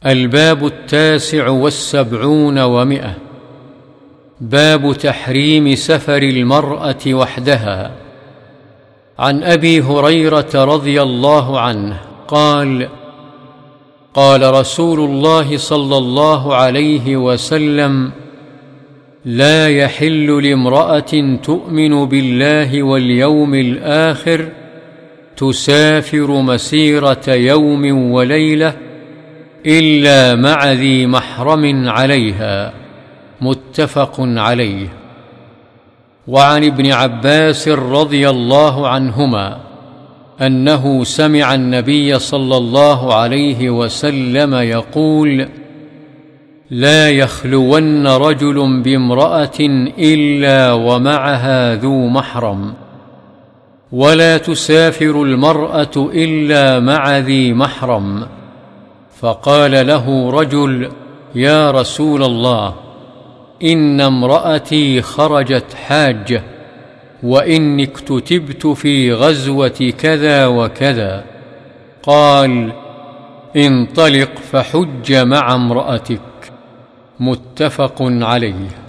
الباب 79 باب تحريم سفر المرأة وحدها. عن أبي هريرة رضي الله عنه قال: قال رسول الله صلى الله عليه وسلم: لا يحل لامرأة تؤمن بالله واليوم الآخر تسافر مسيرة يوم وليلة إلا مع ذي محرم عليها. متفق عليه. وعن ابن عباس رضي الله عنهما أنه سمع النبي صلى الله عليه وسلم يقول: لا يخلون رجل بامرأة إلا ومعها ذو محرم، ولا تسافر المرأة إلا مع ذي محرم. فقال له رجل: يا رسول الله، إن امرأتي خرجت حاجة، وإني اكتتبت في غزوة كذا وكذا. قال: انطلق فحج مع امرأتك. متفق عليه.